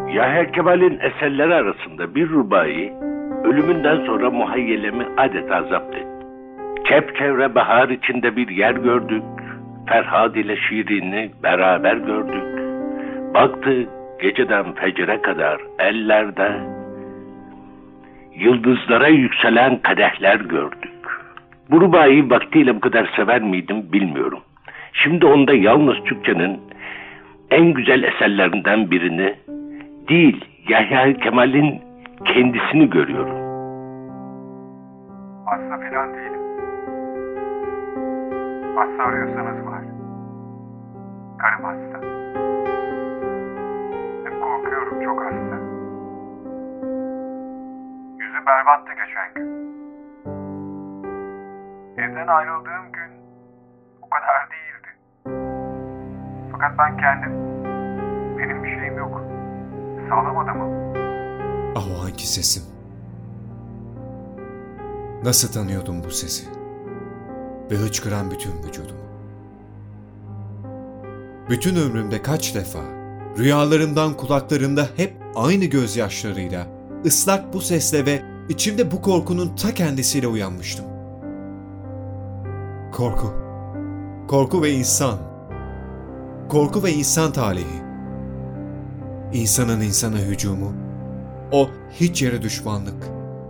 Yahya Kemal'in eserleri arasında bir rubai, ölümünden sonra muhayyelemi adeta zapt etti. Çepçevre bahar içinde bir yer gördük, Ferhad ile Şirin'i beraber gördük. Baktık geceden fecre kadar ellerde, yıldızlara yükselen kadehler gördük. Bu rubaiyi vaktiyle bu kadar sever miydim bilmiyorum. Şimdi onda yalnız Türkçenin en güzel eserlerinden birini değil, Yahya Kemal'in kendisini görüyorum. Hasta filan değilim. Hasta arıyorsanız var. Karım hasta. Hep korkuyorum, çok hasta. Yüzü berbattı geçen gün. Evden ayrıldığım gün o kadar değildi. Fakat ben kendim, benim bir şeyim yok. Sağlam adamım. Ah, o anki sesim. Nasıl tanıyordum bu sesi? Ve hıçkıran bütün vücudumu. Bütün ömrümde kaç defa, rüyalarımdan kulaklarımda hep aynı gözyaşlarıyla, ıslak bu sesle ve içimde bu korkunun ta kendisiyle uyanmıştım. Korku. Korku ve insan. Korku ve insan talihi. İnsanın insana hücumu. O hiç yere düşmanlık.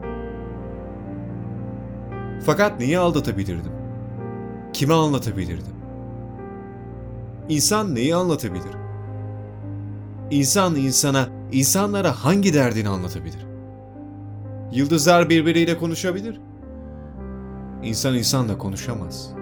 Fakat neyi aldatabilirdim? Kime anlatabilirdim? İnsan neyi anlatabilir? İnsan insana, insanlara hangi derdini anlatabilir? Yıldızlar birbiriyle konuşabilir. İnsan insanla konuşamaz.